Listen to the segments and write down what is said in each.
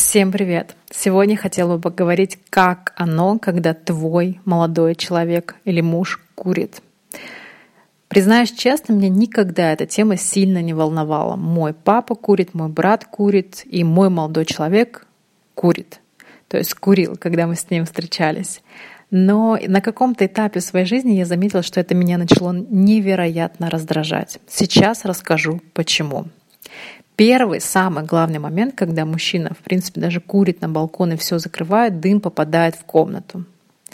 Всем привет! Сегодня хотела бы поговорить, как оно, когда твой молодой человек или муж курит. Признаюсь честно, меня никогда эта тема сильно не волновала. Мой папа курит, мой брат курит, и мой молодой человек курит. То есть курил, когда мы с ним встречались. Но на каком-то этапе своей жизни я заметила, что это меня начало невероятно раздражать. Сейчас расскажу, почему. Первый, самый главный момент, когда мужчина, в принципе, даже курит на балконе, все закрывает, дым попадает в комнату.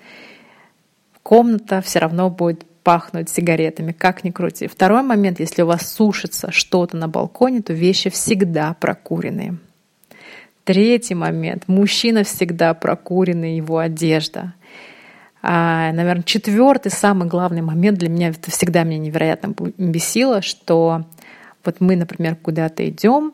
Комната все равно будет пахнуть сигаретами, как ни крути. Второй момент, если у вас сушится что-то на балконе, то вещи всегда прокуренные. Третий момент, мужчина всегда прокуренный, его одежда. Наверное, четвертый, самый главный момент для меня, это всегда меня невероятно бесило, что вот мы, например, куда-то идем,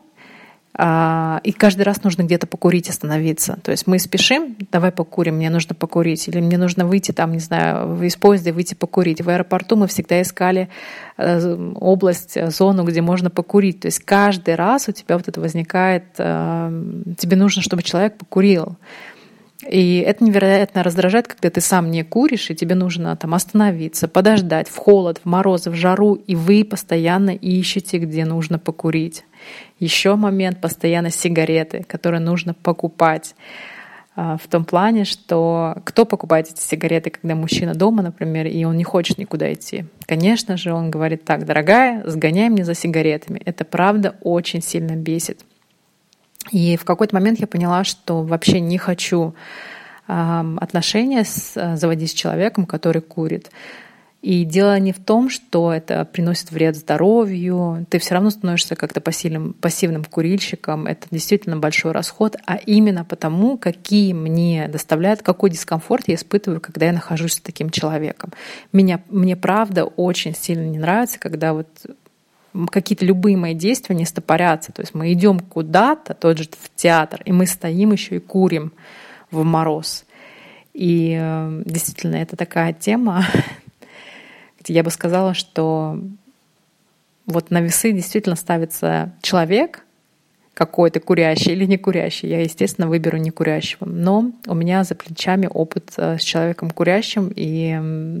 и каждый раз нужно где-то покурить, остановиться. То есть мы спешим, давай покурим, мне нужно покурить. Или мне нужно выйти там, не знаю, из поезда выйти покурить. В аэропорту мы всегда искали область, зону, где можно покурить. То есть каждый раз у тебя вот это возникает, тебе нужно, чтобы человек покурил. И это невероятно раздражает, когда ты сам не куришь, и тебе нужно там остановиться, подождать в холод, в мороз, в жару, и вы постоянно ищете, где нужно покурить. Еще момент — постоянно сигареты, которые нужно покупать. В том плане, что кто покупает эти сигареты, когда мужчина дома, например, и он не хочет никуда идти? Конечно же, он говорит: так, дорогая, сгоняй мне за сигаретами. Это правда очень сильно бесит. И в какой-то момент я поняла, что вообще не хочу отношения заводить с человеком, который курит. И дело не в том, что это приносит вред здоровью, ты все равно становишься как-то пассивным курильщиком, это действительно большой расход, а именно потому, какой дискомфорт я испытываю, когда я нахожусь с таким человеком. Мне правда очень сильно не нравится, когда вот какие-то любые мои действия не стопорятся. То есть мы идем куда-то, тот же в театр, и мы стоим еще и курим в мороз. И действительно, это такая тема, где я бы сказала, что вот на весы действительно ставится человек какой-то, курящий или не курящий. Я, естественно, выберу не курящего. Но у меня за плечами опыт с человеком курящим, и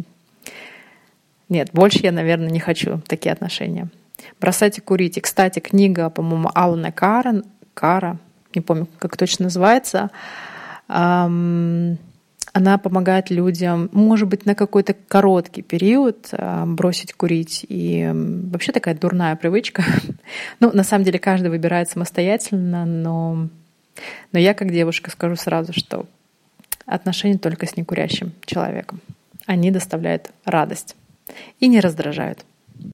нет, больше я, наверное, не хочу такие отношения. «Бросайте курить». И, кстати, книга, по-моему, Алана Кара, не помню, как точно называется, она помогает людям, может быть, на какой-то короткий период бросить курить. И вообще такая дурная привычка. Ну, на самом деле, каждый выбирает самостоятельно, но я, как девушка, скажу сразу, что отношения только с некурящим человеком. Они доставляют радость и не раздражают.